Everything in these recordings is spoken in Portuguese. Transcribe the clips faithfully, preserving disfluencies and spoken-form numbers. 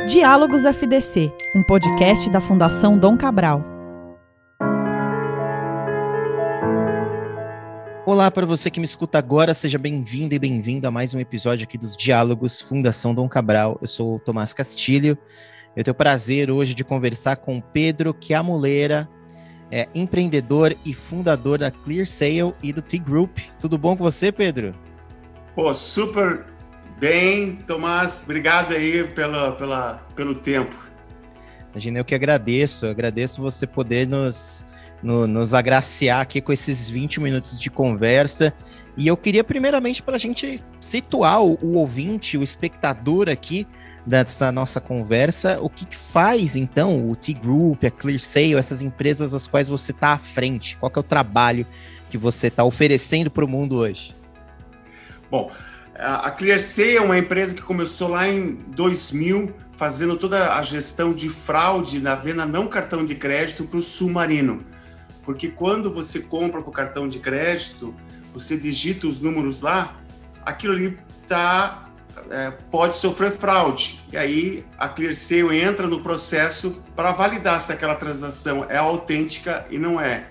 Diálogos F D C, um podcast da Fundação Dom Cabral. Olá para você que me escuta agora, seja bem-vindo e bem-vindo a mais um episódio aqui dos Diálogos Fundação Dom Cabral. Eu sou o Tomás Castilho, eu tenho o prazer hoje de conversar com o Pedro Chiamuleira, é empreendedor e fundador da ClearSale e do T-Group. Tudo bom com você, Pedro? Pô, super bem, Tomás. Obrigado aí pela, pela, pelo tempo. Imagina, eu que agradeço. Eu agradeço você poder nos, no, nos agraciar aqui com esses vinte minutos de conversa. E eu queria, primeiramente, para a gente situar o, o ouvinte, o espectador aqui dessa nossa conversa, o que faz, então, o T-Group, a ClearSale, essas empresas às quais você está à frente? Qual que é o trabalho que você está oferecendo para o mundo hoje? Bom, a ClearSale é uma empresa que começou lá em dois mil, fazendo toda a gestão de fraude na venda não cartão de crédito para o submarino. Porque quando você compra com o cartão de crédito, você digita os números lá, aquilo ali tá, é, pode sofrer fraude. E aí a ClearSale entra no processo para validar se aquela transação é autêntica e não é.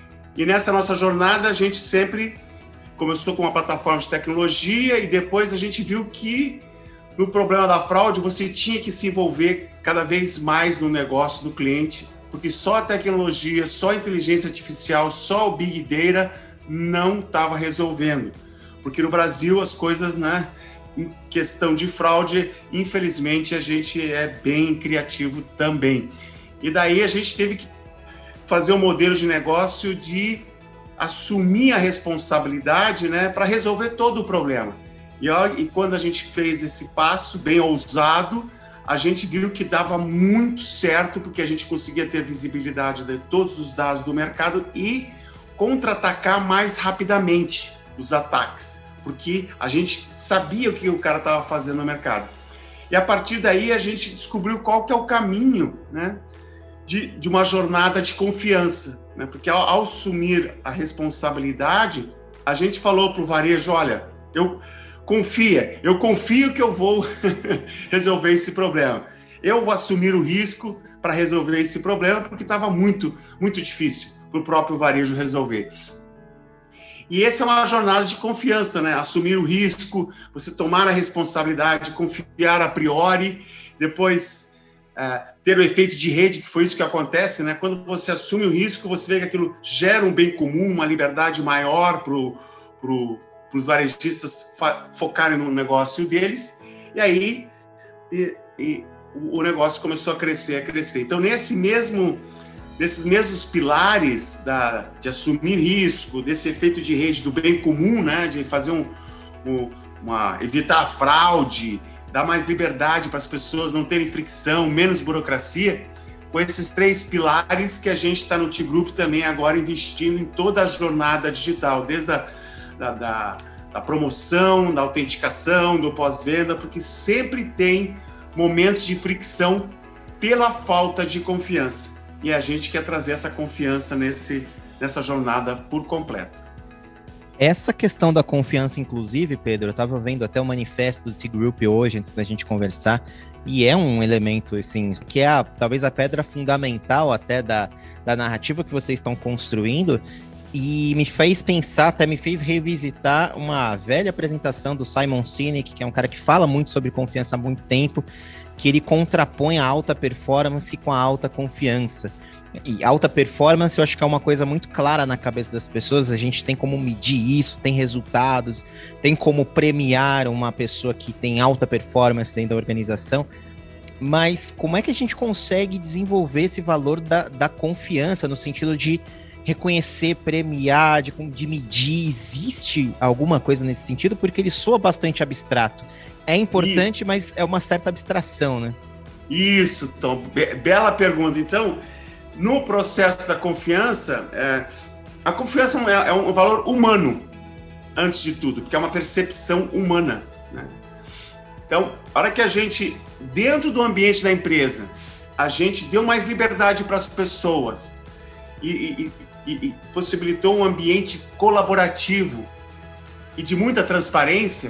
E nessa nossa jornada a gente sempre começou com uma plataforma de tecnologia e depois a gente viu que no problema da fraude você tinha que se envolver cada vez mais no negócio do cliente, porque só a tecnologia, só a inteligência artificial, só o Big Data não estava resolvendo. Porque no Brasil as coisas, né, em questão de fraude, infelizmente a gente é bem criativo também. E daí a gente teve que fazer um modelo de negócio de assumir a responsabilidade, né, para resolver todo o problema. E, e quando a gente fez esse passo bem ousado, a gente viu que dava muito certo, porque a gente conseguia ter visibilidade de todos os dados do mercado e contra-atacar mais rapidamente os ataques, porque a gente sabia o que o cara estava fazendo no mercado. E a partir daí a gente descobriu qual que é o caminho, né, de, de uma jornada de confiança, né? Porque ao, ao assumir a responsabilidade, a gente falou para o varejo, olha, eu confia, eu confio que eu vou resolver esse problema. Eu vou assumir o risco para resolver esse problema, porque estava muito, muito difícil para o próprio varejo resolver. E essa é uma jornada de confiança, né? Assumir o risco, você tomar a responsabilidade, confiar a priori, depois uh, ter o efeito de rede, que foi isso que acontece, né? Quando você assume o risco, você vê que aquilo gera um bem comum, uma liberdade maior para pro, os varejistas focarem no negócio deles, e aí e, e o negócio começou a crescer, a crescer. Então, nesse mesmo... desses mesmos pilares da, de assumir risco, desse efeito de rede do bem comum, né, de fazer um, um, uma, evitar a fraude, dar mais liberdade para as pessoas não terem fricção, menos burocracia, com esses três pilares que a gente está no T-Group também agora investindo em toda a jornada digital, desde a da, da, da promoção, da autenticação, do pós-venda, porque sempre tem momentos de fricção pela falta de confiança. E a gente quer trazer essa confiança nesse, nessa jornada por completo. Essa questão da confiança, inclusive, Pedro, eu estava vendo até o manifesto do T-Group hoje, antes da gente conversar, e é um elemento, assim, que é a, talvez a pedra fundamental até da, da narrativa que vocês estão construindo, e me fez pensar, até me fez revisitar uma velha apresentação do Simon Sinek, que é um cara que fala muito sobre confiança há muito tempo, que ele contrapõe a alta performance com a alta confiança. E alta performance eu acho que é uma coisa muito clara na cabeça das pessoas, a gente tem como medir isso, tem resultados, tem como premiar uma pessoa que tem alta performance dentro da organização, mas como é que a gente consegue desenvolver esse valor da, da confiança, no sentido de reconhecer, premiar, de, de medir? Existe alguma coisa nesse sentido? Porque ele soa bastante abstrato. É importante, isso, mas é uma certa abstração, né? Isso, Tom. Be- bela pergunta. Então, no processo da confiança, é, a confiança é, é um valor humano, antes de tudo, porque é uma percepção humana, né? Então, a hora que a gente, dentro do ambiente da empresa, a gente deu mais liberdade para as pessoas e, e, e, e possibilitou um ambiente colaborativo e de muita transparência,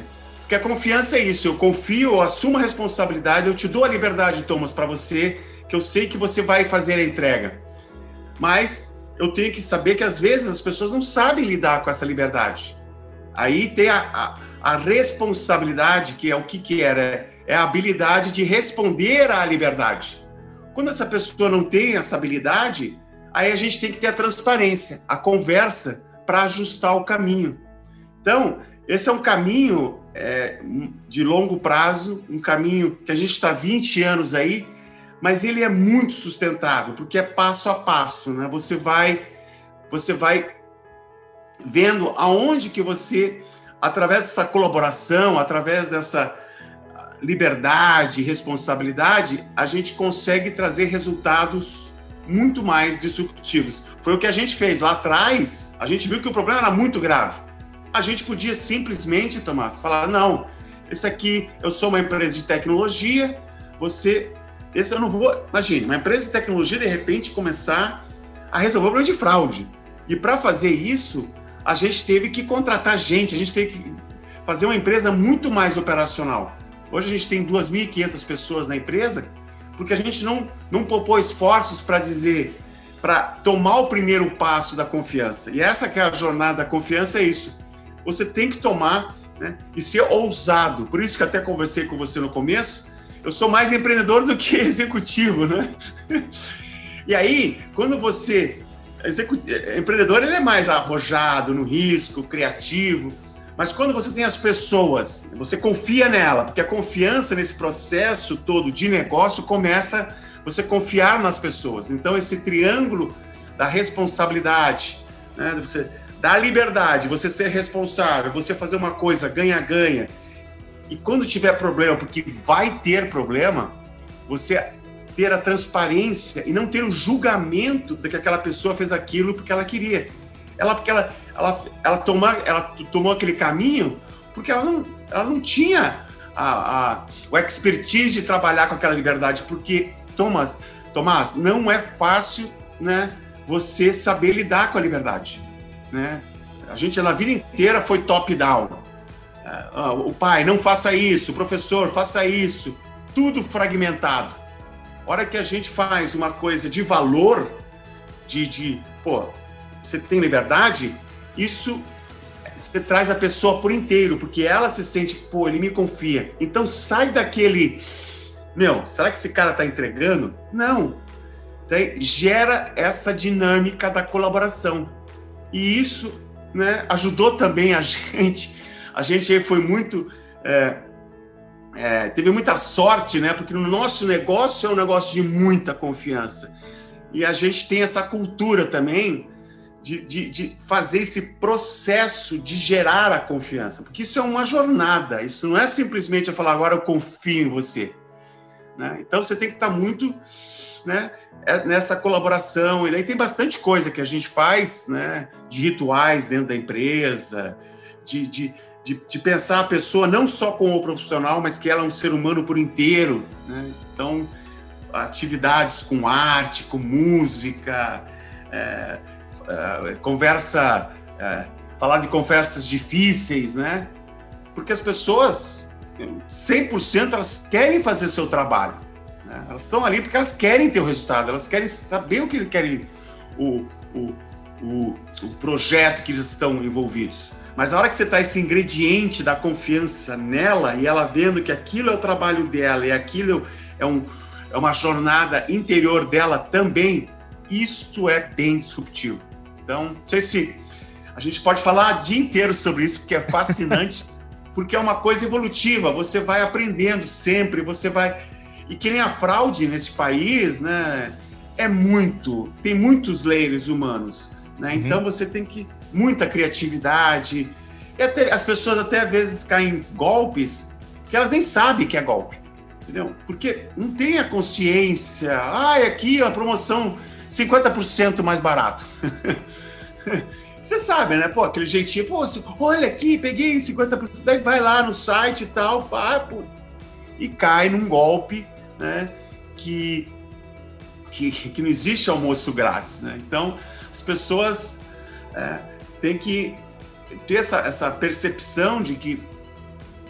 Porque a confiança é isso, eu confio, eu assumo a responsabilidade, eu te dou a liberdade, Thomas, para você, que eu sei que você vai fazer a entrega. Mas eu tenho que saber que às vezes as pessoas não sabem lidar com essa liberdade. Aí tem a, a, a responsabilidade, que é o que que era, é a habilidade de responder à liberdade. Quando essa pessoa não tem essa habilidade, aí a gente tem que ter a transparência, a conversa para ajustar o caminho. Então, esse é um caminho é, de longo prazo, um caminho que a gente está vinte anos aí, mas ele é muito sustentável, porque é passo a passo, né? Você vai, você vai vendo aonde que você, através dessa colaboração, através dessa liberdade e responsabilidade, a gente consegue trazer resultados muito mais disruptivos. Foi o que a gente fez lá atrás, a gente viu que o problema era muito grave. A gente podia simplesmente, Tomás, falar, não, esse aqui, eu sou uma empresa de tecnologia, você, esse eu não vou, imagine, uma empresa de tecnologia, de repente, começar a resolver o problema de fraude. E para fazer isso, a gente teve que contratar gente, a gente teve que fazer uma empresa muito mais operacional. Hoje a gente tem duas mil e quinhentas pessoas na empresa, porque a gente não, não poupou esforços para dizer, para tomar o primeiro passo da confiança. E essa que é a jornada da confiança, é isso. Você tem que tomar, né, e ser ousado. Por isso que até conversei com você no começo, eu sou mais empreendedor do que executivo, né? E aí, quando você... Execut... Empreendedor, ele é mais arrojado no risco, criativo, mas quando você tem as pessoas, você confia nela, porque a confiança nesse processo todo de negócio começa você confiar nas pessoas. Então, esse triângulo da responsabilidade, né, você dar liberdade, você ser responsável, você fazer uma coisa ganha-ganha, e quando tiver problema, porque vai ter problema, você ter a transparência e não ter o julgamento de que aquela pessoa fez aquilo porque ela queria. Ela, porque ela, ela, ela, toma, ela tomou aquele caminho porque ela não, ela não tinha a, a, o expertise de trabalhar com aquela liberdade, porque, Tomás, Tomás, não é fácil, né, você saber lidar com a liberdade. Né? A gente, na vida inteira, foi top-down. Uh, o pai, não faça isso, o professor, faça isso, tudo fragmentado. A hora que a gente faz uma coisa de valor, de, de pô, você tem liberdade, isso você traz a pessoa por inteiro, porque ela se sente, pô, ele me confia. Então sai daquele, meu, será que esse cara tá entregando? Não. Então, gera essa dinâmica da colaboração. E isso, né, ajudou também a gente. A gente foi muito... É, é, teve muita sorte, né? Porque no nosso negócio é um negócio de muita confiança. E a gente tem essa cultura também de, de, de fazer esse processo de gerar a confiança. Porque isso é uma jornada. Isso não é simplesmente eu falar, agora eu confio em você. Né? Então, você tem que estar muito... Né, nessa colaboração, e daí tem bastante coisa que a gente faz, né, de rituais dentro da empresa, de, de, de, de pensar a pessoa não só como o profissional, mas que ela é um ser humano por inteiro, né? Então, atividades com arte, com música, é, é, conversa, é, falar de conversas difíceis, né? Porque as pessoas, cem por cento, elas querem fazer seu trabalho. Elas estão ali porque elas querem ter o resultado, elas querem saber o que querem, o, o, o, o projeto que eles estão envolvidos. Mas na hora que você está esse ingrediente da confiança nela e ela vendo que aquilo é o trabalho dela e aquilo é, um, é uma jornada interior dela também, isto é bem disruptivo. Então, não sei se a gente pode falar o dia inteiro sobre isso, porque é fascinante, porque é uma coisa evolutiva, você vai aprendendo sempre, você vai... E que nem a fraude nesse país, né, é muito, tem muitos layers humanos, né? Uhum. Então você tem que, muita criatividade, e até, as pessoas até às vezes caem em golpes que elas nem sabem que é golpe, entendeu? Porque não tem a consciência, ah, aqui a promoção cinquenta por cento mais barato. Você sabe, né? Pô, aquele jeitinho, pô, olha aqui, peguei cinquenta por cento, daí vai lá no site e tal, pá, pô, e cai num golpe, né, que, que, que não existe almoço grátis, né? Então, as pessoas é, têm que ter essa, essa percepção de que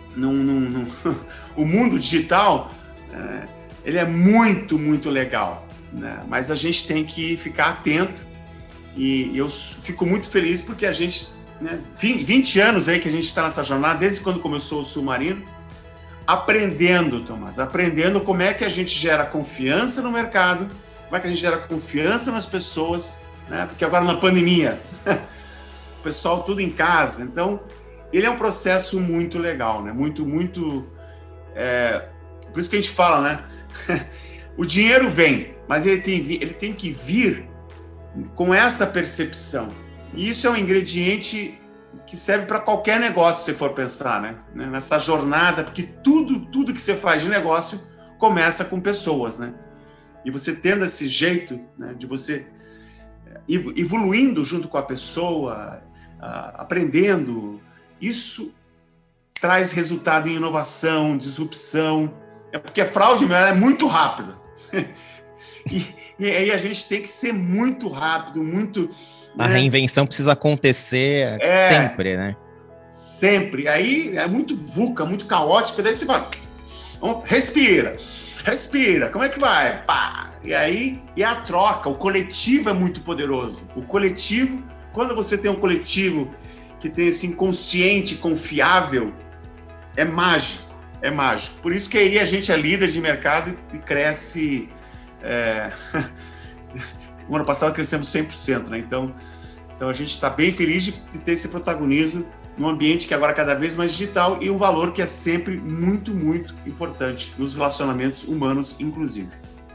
num, num, num, o mundo digital, é, ele é muito, muito legal, né? Mas a gente tem que ficar atento e eu fico muito feliz porque a gente, né, vinte anos aí que a gente está nessa jornada, desde quando começou o Submarino, aprendendo, Tomás, aprendendo como é que a gente gera confiança no mercado, como é que a gente gera confiança nas pessoas, né? Porque agora na pandemia, o pessoal tudo em casa, então ele é um processo muito legal, né? Muito, muito... É, por isso que a gente fala, né? O dinheiro vem, mas ele tem, ele tem que vir com essa percepção. E isso é um ingrediente que serve para qualquer negócio, se for pensar, né? Nessa jornada, porque tudo, tudo que você faz de negócio começa com pessoas, né? E você tendo esse jeito, né, de você evoluindo junto com a pessoa, aprendendo, isso traz resultado em inovação, disrupção. É porque a fraude ela é muito rápida. E, e aí a gente tem que ser muito rápido, muito... A né? reinvenção precisa acontecer é, sempre, né? Sempre. Aí é muito VUCA, muito caótico, daí você fala, respira, respira, como é que vai? Pá! E aí, e a troca, o coletivo é muito poderoso. O coletivo, quando você tem um coletivo que tem esse inconsciente confiável, é mágico, é mágico. Por isso que aí a gente é líder de mercado e cresce... É... O ano passado crescemos cem por cento, né? Então, então a gente está bem feliz de ter esse protagonismo num ambiente que agora é cada vez mais digital e um valor que é sempre muito, muito importante nos relacionamentos humanos, inclusive.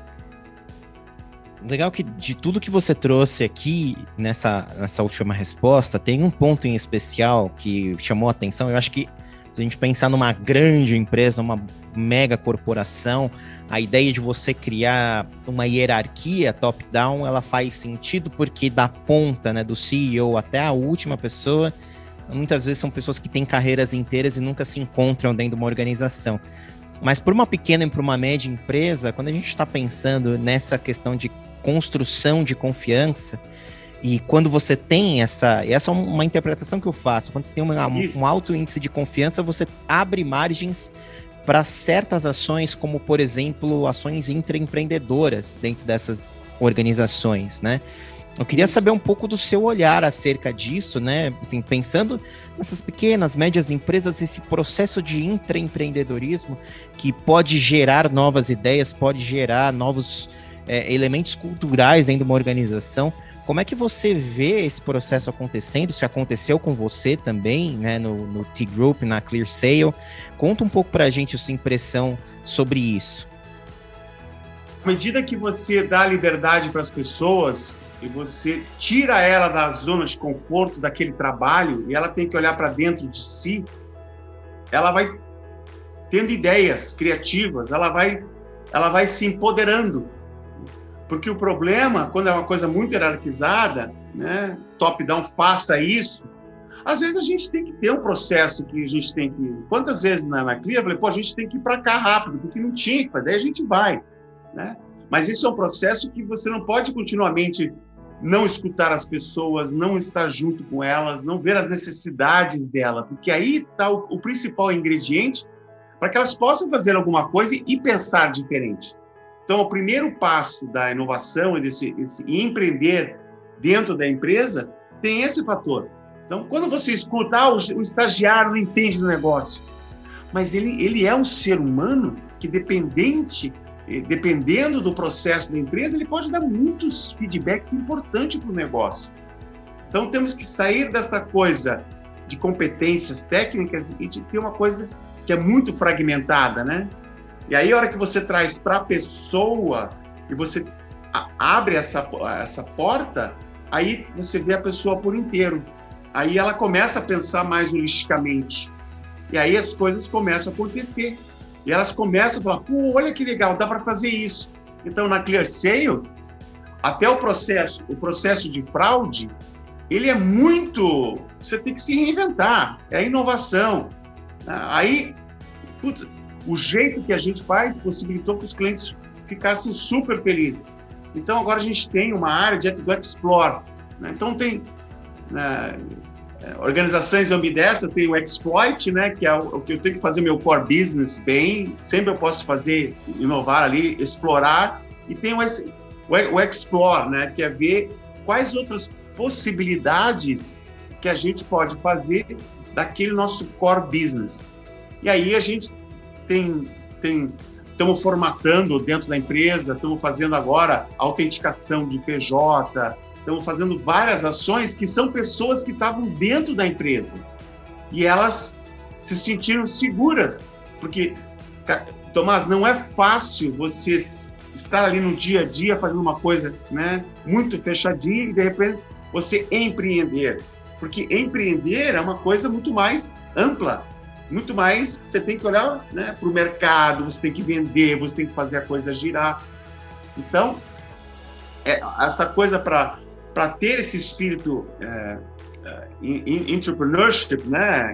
Legal que de tudo que você trouxe aqui nessa, nessa última resposta, tem um ponto em especial que chamou a atenção. Eu acho que se a gente pensar numa grande empresa, uma mega corporação, a ideia de você criar uma hierarquia top-down, ela faz sentido porque da ponta, né, do C E O até a última pessoa, muitas vezes são pessoas que têm carreiras inteiras e nunca se encontram dentro de uma organização. Mas para uma pequena e para uma média empresa, quando a gente está pensando nessa questão de construção de confiança, e quando você tem essa... Essa é uma interpretação que eu faço. Quando você tem uma, um alto índice de confiança, você abre margens para certas ações, como, por exemplo, ações intraempreendedoras dentro dessas organizações, né? Eu queria saber um pouco do seu olhar acerca disso, né? Assim, pensando nessas pequenas, médias empresas, esse processo de intraempreendedorismo que pode gerar novas ideias, pode gerar novos é, elementos culturais dentro de uma organização. Como é que você vê esse processo acontecendo? Se aconteceu com você também, né, no, no T-Group, na ClearSale? Conta um pouco para a gente a sua impressão sobre isso. À medida que você dá liberdade para as pessoas e você tira ela da zona de conforto daquele trabalho e ela tem que olhar para dentro de si, ela vai tendo ideias criativas, ela vai, ela vai se empoderando. Porque o problema, quando é uma coisa muito hierarquizada, né, top-down, faça isso, às vezes a gente tem que ter um processo que a gente tem que... Quantas vezes na, na Clear eu falei, pô, a gente tem que ir para cá rápido, porque não tinha que fazer, daí a gente vai, né? Mas isso é um processo que você não pode continuamente não escutar as pessoas, não estar junto com elas, não ver as necessidades dela, porque aí está o, o principal ingrediente para que elas possam fazer alguma coisa e pensar diferente. Então, o primeiro passo da inovação e desse, desse empreender dentro da empresa tem esse fator. Então, quando você escuta, ah, o, o estagiário não entende do negócio, mas ele, ele é um ser humano que, dependente, dependendo do processo da empresa, ele pode dar muitos feedbacks importantes para o negócio. Então, temos que sair dessa coisa de competências técnicas e de ter uma coisa que é muito fragmentada, né? E aí, a hora que você traz para a pessoa e você abre essa, essa porta, aí você vê a pessoa por inteiro. Aí ela começa a pensar mais holisticamente. E aí as coisas começam a acontecer. E elas começam a falar, pô, olha que legal, dá para fazer isso. Então, na ClearSale, até o processo, o processo de fraude, ele é muito... Você tem que se reinventar. É a inovação. Aí, putz, o jeito que a gente faz possibilitou que os clientes ficassem super felizes. Então, agora a gente tem uma área de, do Explore. Né? Então, tem... Né, organizações ambidestras, eu tenho o exploit, né, que é o que eu tenho que fazer meu core business bem, sempre eu posso fazer, inovar ali, explorar, e tem o, o explore, né, que é ver quais outras possibilidades que a gente pode fazer daquele nosso core business. E aí a gente tem, tem estamos formatando dentro da empresa, estamos fazendo agora autenticação de P J, estamos fazendo várias ações que são pessoas que estavam dentro da empresa e elas se sentiram seguras, porque, Tomás, não é fácil você estar ali no dia a dia fazendo uma coisa, né, muito fechadinha e de repente você empreender, porque empreender é uma coisa muito mais ampla, muito mais, você tem que olhar, né, para o mercado, você tem que vender, você tem que fazer a coisa girar. Então, é, essa coisa para para ter esse espírito é, é, entrepreneurship, né,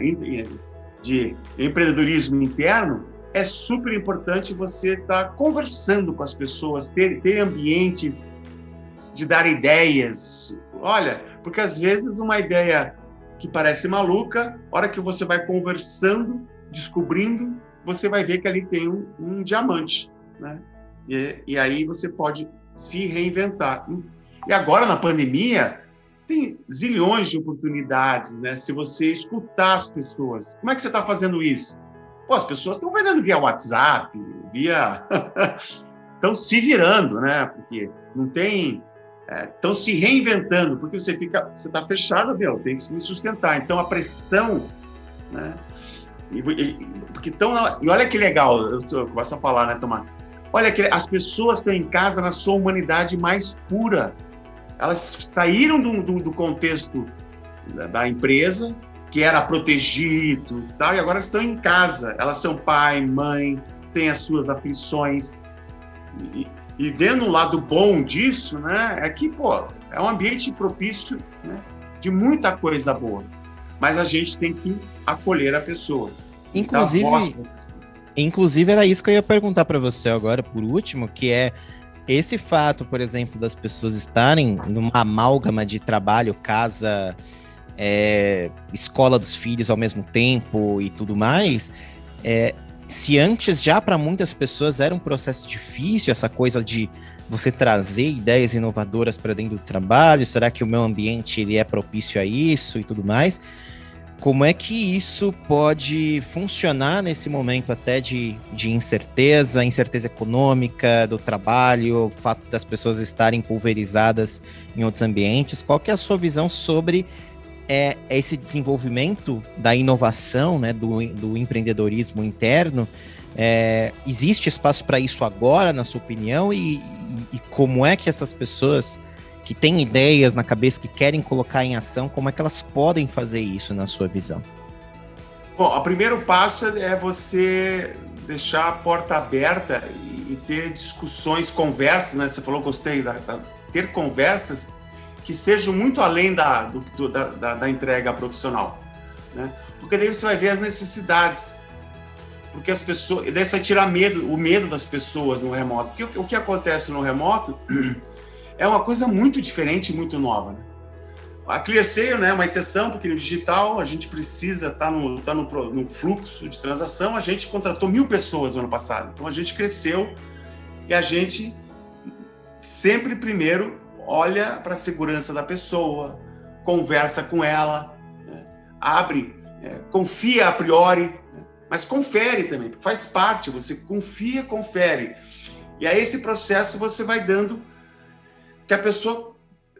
de empreendedorismo interno, é super importante você estar conversando com as pessoas, ter, ter ambientes de dar ideias. Olha, porque às vezes uma ideia que parece maluca, a hora que você vai conversando, descobrindo, você vai ver que ali tem um, um diamante, né? E, e aí você pode se reinventar. E agora, na pandemia, tem zilhões de oportunidades, né? Se você escutar as pessoas. Como é que você está fazendo isso? Pô, as pessoas estão vendendo via WhatsApp, via... estão se virando, né? Porque não tem... Estão é, se reinventando, porque você fica, você está fechado, meu, tem que me sustentar. Então, a pressão, né? E, e, porque tão, e olha que legal, eu, tô, eu começo a falar, né, Tomás? Olha que as pessoas estão em casa na sua humanidade mais pura. Elas saíram do, do, do contexto da, da empresa, que era protegido e tal, e agora estão em casa. Elas são pai, mãe, têm as suas aflições. E, E vendo o lado bom disso, né, é que, pô, é um ambiente propício, né, de muita coisa boa. Mas a gente tem que acolher a pessoa. Inclusive, inclusive era isso que eu ia perguntar para você agora, por último, que é esse fato, por exemplo, das pessoas estarem numa amálgama de trabalho, casa, é, escola dos filhos ao mesmo tempo e tudo mais, é... Se antes já para muitas pessoas era um processo difícil, essa coisa de você trazer ideias inovadoras para dentro do trabalho, será que o meu ambiente ele é propício a isso e tudo mais? Como é que isso pode funcionar nesse momento até de, de incerteza, incerteza econômica do trabalho, o fato das pessoas estarem pulverizadas em outros ambientes? Qual que é a sua visão sobre é esse desenvolvimento da inovação, né, do, do empreendedorismo interno? É, existe espaço para isso agora, na sua opinião? E, e, e como é que essas pessoas que têm ideias na cabeça, que querem colocar em ação, como é que elas podem fazer isso, na sua visão? Bom, o primeiro passo é você deixar a porta aberta e ter discussões, conversas, né? Você falou, gostei, da, da, ter conversas que sejam muito além da, do, do, da, da entrega profissional, né? Porque daí você vai ver as necessidades, porque as pessoas, e daí você vai tirar medo, o medo das pessoas no remoto, porque o, o que acontece no remoto é uma coisa muito diferente e muito nova, né? A ClearSale, né, é uma exceção, porque no digital a gente precisa estar no, tá no, no fluxo de transação. A gente contratou mil pessoas no ano passado, então a gente cresceu e a gente sempre primeiro olha para a segurança da pessoa, conversa com ela, né? Abre, é, confia a priori, né? Mas confere também, faz parte, você confia, confere. E aí esse processo você vai dando que a pessoa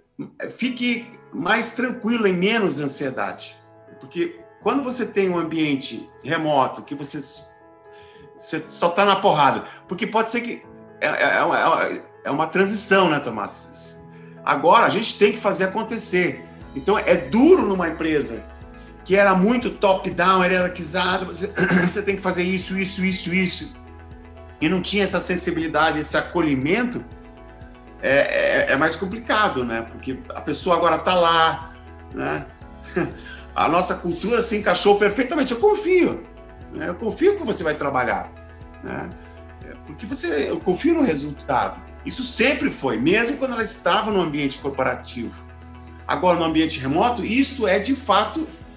fique mais tranquila e menos ansiedade. Porque quando você tem um ambiente remoto, que você, você só está na porrada, porque pode ser que é, é, é uma transição, né, Tomás? Agora, a gente tem que fazer acontecer. Então, é duro numa empresa que era muito top-down, hierarquizado, você, você tem que fazer isso, isso, isso, isso, e não tinha essa sensibilidade, esse acolhimento, é, é, é mais complicado, né? Porque a pessoa agora está lá, né? A nossa cultura se encaixou perfeitamente. Eu confio, né? Eu confio que você vai trabalhar, né? Porque você, eu confio no resultado. Isso sempre foi, mesmo quando ela estava no ambiente corporativo. Agora, no ambiente remoto, isto é, de fato,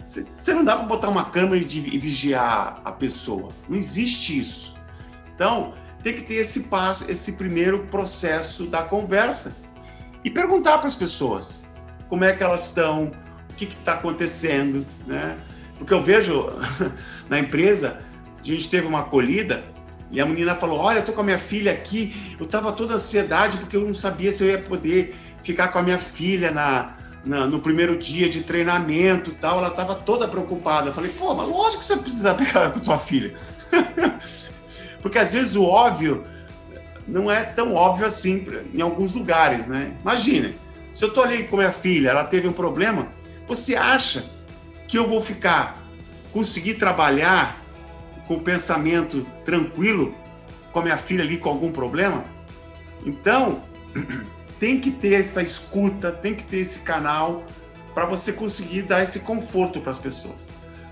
Você não dá para botar uma câmera e vigiar a pessoa. Não existe isso. Então, tem que ter esse passo, esse primeiro processo da conversa. E perguntar para as pessoas como é que elas estão, o que está acontecendo, né? Porque eu vejo na empresa, a gente teve uma acolhida e a menina falou, olha, eu tô com a minha filha aqui, eu tava toda ansiedade porque eu não sabia se eu ia poder ficar com a minha filha na, na, no primeiro dia de treinamento e tal, ela tava toda preocupada. Eu falei, pô, mas lógico que você precisa pegar com a tua filha. Porque às vezes o óbvio não é tão óbvio assim em alguns lugares, né? Imagina, se eu tô ali com a minha filha, ela teve um problema, você acha que eu vou ficar, conseguir trabalhar com o pensamento tranquilo com a minha filha ali com algum problema? Então, tem que ter essa escuta, tem que ter esse canal para você conseguir dar esse conforto para as pessoas.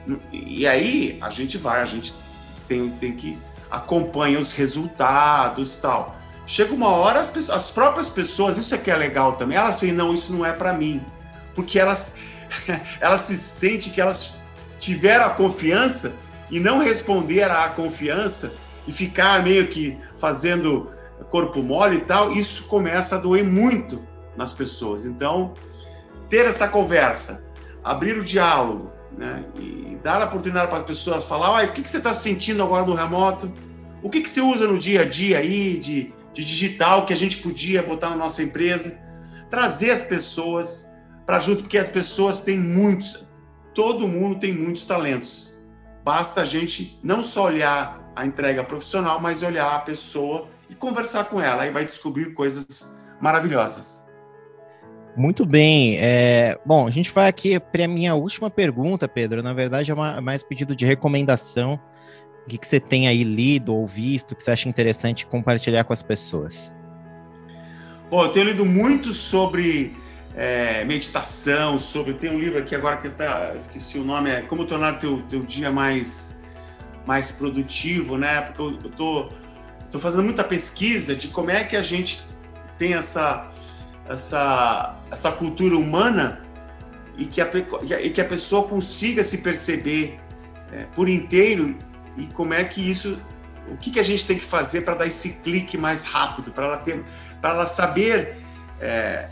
E aí, a gente vai, a gente tem, tem que acompanhar os resultados e tal. Chega uma hora, as, pessoas, as próprias pessoas, isso é que é legal também, elas falam, não, isso não é para mim. Porque elas, elas se sentem que elas tiveram a confiança e não responder à confiança e ficar meio que fazendo corpo mole e tal, isso começa a doer muito nas pessoas. Então, ter essa conversa, abrir o diálogo, né, e dar a oportunidade para as pessoas falar, olha, o que, que você está sentindo agora no remoto? O que, que você usa no dia a dia aí de, de digital que a gente podia botar na nossa empresa? Trazer as pessoas para junto, porque as pessoas têm muitos, todo mundo tem muitos talentos. Basta a gente não só olhar a entrega profissional, mas olhar a pessoa e conversar com ela, aí vai descobrir coisas maravilhosas. Muito bem. É, bom, a gente vai aqui para a minha última pergunta, Pedro. Na verdade, é uma, mais pedido de recomendação. O que, que você tem aí lido ou visto que você acha interessante compartilhar com as pessoas? Bom, eu tenho lido muito sobre é, meditação, sobre... Tem um livro aqui agora que tá, esqueci o nome, é Como Tornar o Teu, teu Dia mais, mais Produtivo, né? Porque eu, eu tô, tô fazendo muita pesquisa de como é que a gente tem essa... Essa, essa cultura humana e que, a, e que a pessoa consiga se perceber é, por inteiro e como é que isso, o que, que a gente tem que fazer para dar esse clique mais rápido, para ela ter, para ela saber é,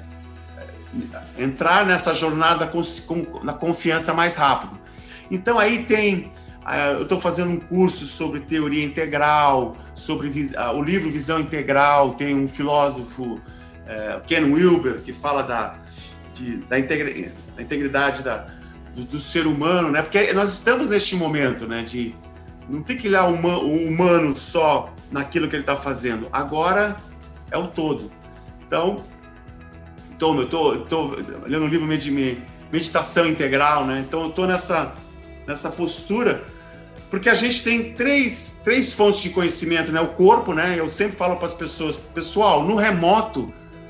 entrar nessa jornada com, com, na confiança mais rápido. Então aí tem, eu estou fazendo um curso sobre teoria integral, sobre o livro Visão Integral, tem um filósofo, É, Ken Wilber, que fala da, de, da, integri, da integridade da, do, do ser humano, né? Porque nós estamos neste momento, né? De não ter que olhar o, uma, o humano só naquilo que ele está fazendo. Agora é o todo. Então, tô, eu estou lendo um livro de meditação integral, né? Então, eu estou nessa, nessa postura, porque a gente tem três, três fontes de conhecimento, né? O corpo, né? Eu sempre falo para as pessoas, pessoal, no remoto,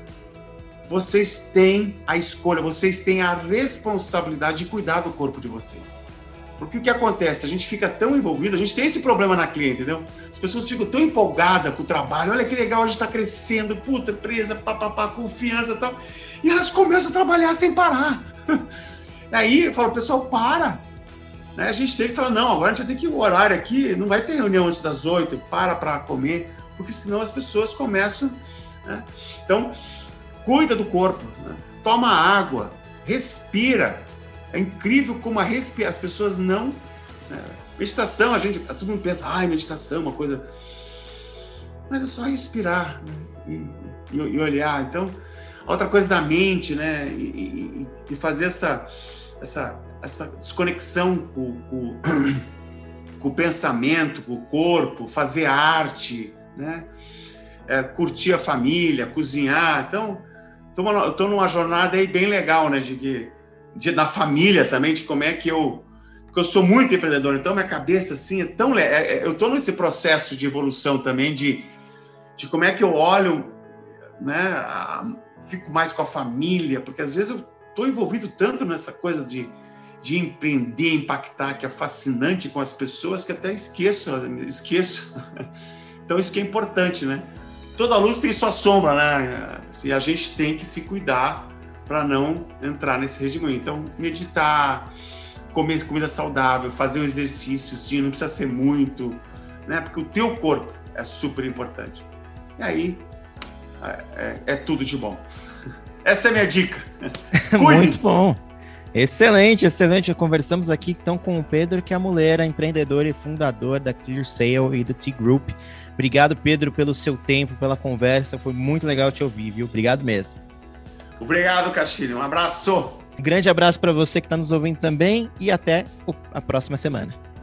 vocês têm a escolha, vocês têm a responsabilidade de cuidar do corpo de vocês. Porque o que acontece? A gente fica tão envolvido, a gente tem esse problema na cliente, entendeu? As pessoas ficam tão empolgadas com o trabalho, olha que legal, a gente está crescendo, puta, empresa, papapá, confiança e tal, e elas começam a trabalhar sem parar. Aí eu falo, pessoal, para. Né? A gente tem que falar, não, agora a gente vai ter que ir o horário aqui, não vai ter reunião antes das oito, para para comer, porque senão as pessoas começam... Né? Então... Cuida do corpo, né? Toma água, respira. É incrível como a respira... as pessoas não... Né? Meditação, a gente, todo mundo pensa, ai, meditação, uma coisa... Mas é só respirar, né? e, e, e olhar. Então, outra coisa da mente, né? E, e, e fazer essa, essa, essa desconexão com, com, com o pensamento, com o corpo, fazer arte, né? É, curtir a família, cozinhar. Então, eu estou numa jornada aí bem legal, né? De, de, na família também, de como é que eu... Porque eu sou muito empreendedor, então minha cabeça, assim, é tão... É, eu estou nesse processo de evolução também, de, de como é que eu olho, né? A, fico mais com a família, porque às vezes eu estou envolvido tanto nessa coisa de, de empreender, impactar, que é fascinante com as pessoas, que até esqueço, esqueço. Então isso que é importante, né? Toda luz tem sua sombra, né? E a gente tem que se cuidar para não entrar nesse redemoinho. Então, meditar, comer comida saudável, fazer um exercíciozinho, não precisa ser muito, né? Porque o teu corpo é super importante. E aí, é, é, é tudo de bom. Essa é a minha dica. Muito bom. Excelente, excelente. Conversamos aqui então com o Pedro Chiamulera, empreendedor e fundador da ClearSale e do T Group. Obrigado, Pedro, pelo seu tempo, pela conversa. Foi muito legal te ouvir, viu? Obrigado mesmo. Obrigado, Castilho. Um abraço. Um grande abraço para você que está nos ouvindo também e até a próxima semana.